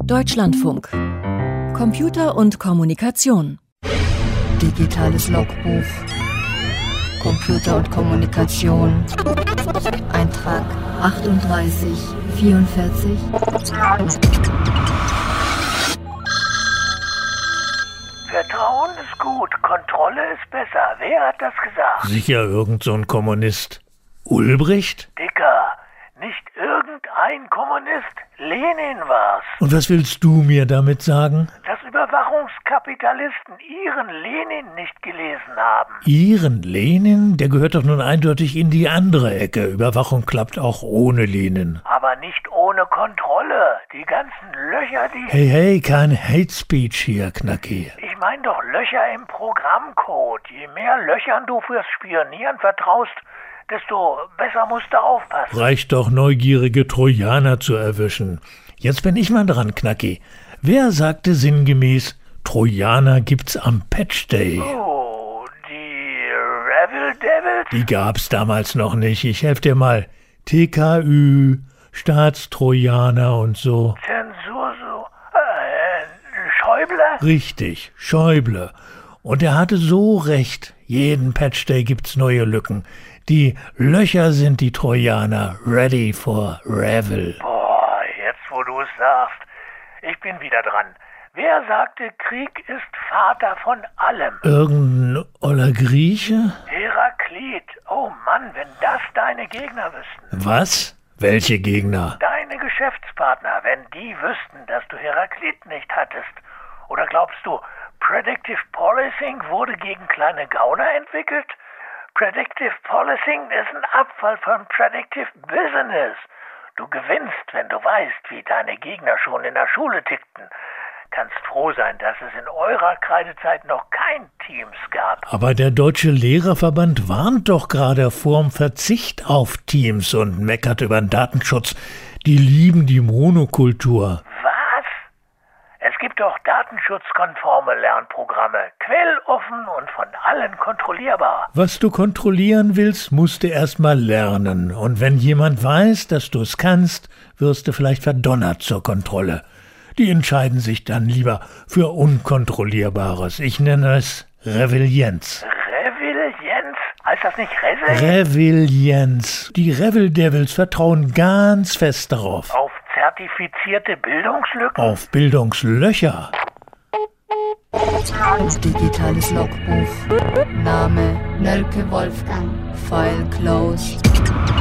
Deutschlandfunk. Computer und Kommunikation. Digitales Logbuch. Computer und Kommunikation. Eintrag 3844. Vertrauen ist gut, Kontrolle ist besser. Wer hat das gesagt? Sicher irgend so ein Kommunist. Ulbricht? Dicker, nicht irgendein Kommunist. Lenin war's. Und was willst du mir damit sagen? Dass Überwachungskapitalisten ihren Lenin nicht gelesen haben. Ihren Lenin? Der gehört doch nun eindeutig in die andere Ecke. Überwachung klappt auch ohne Lenin. Aber nicht ohne Kontrolle. Die ganzen Löcher, die... Hey, kein Hate Speech hier, Knacki. Ich meine doch Löcher im Programmcode. Je mehr Löchern du fürs Spionieren vertraust, desto besser musst du aufpassen. Reicht doch, neugierige Trojaner zu erwischen. Jetzt bin ich mal dran, Knacki. Wer sagte sinngemäß, Trojaner gibt's am Patch Day? Oh, die Revil Devils? Die gab's damals noch nicht. Ich helf dir mal. TKÜ, Staatstrojaner und so. Zensur so. Schäuble? Richtig, Schäuble. Und er hatte so recht. Jeden Patch Day gibt's neue Lücken. Die Löcher sind die Trojaner, ready for Revil. Boah, jetzt wo du es sagst. Ich bin wieder dran. Wer sagte, Krieg ist Vater von allem? Irgendein oller Grieche? Heraklit. Oh Mann, wenn das deine Gegner wüssten. Was? Welche Gegner? Deine Geschäftspartner, wenn die wüssten, dass du Heraklit nicht hattest. Oder glaubst du, Predictive Policing wurde gegen kleine Gauner entwickelt? Predictive Policing ist ein Abfall von Predictive Business. Du gewinnst, wenn du weißt, wie deine Gegner schon in der Schule tickten. Kannst froh sein, dass es in eurer Kreidezeit noch kein Teams gab. Aber der Deutsche Lehrerverband warnt doch gerade vorm Verzicht auf Teams und meckert über den Datenschutz. Die lieben die Monokultur. Was? Es gibt doch datenschutzkonforme Lernprogramme, quelloffen und von allen kontrollierbar. Was du kontrollieren willst, musst du erst mal lernen. Und wenn jemand weiß, dass du es kannst, wirst du vielleicht verdonnert zur Kontrolle. Die entscheiden sich dann lieber für Unkontrollierbares. Ich nenne es Resilienz. Resilienz? Heißt das nicht Resilienz? Resilienz. Die Revil Devils vertrauen ganz fest darauf. Auf zertifizierte Bildungslücken? Auf Bildungslöcher. Digitales Logbuch. Name Nölke Wolfgang. File closed.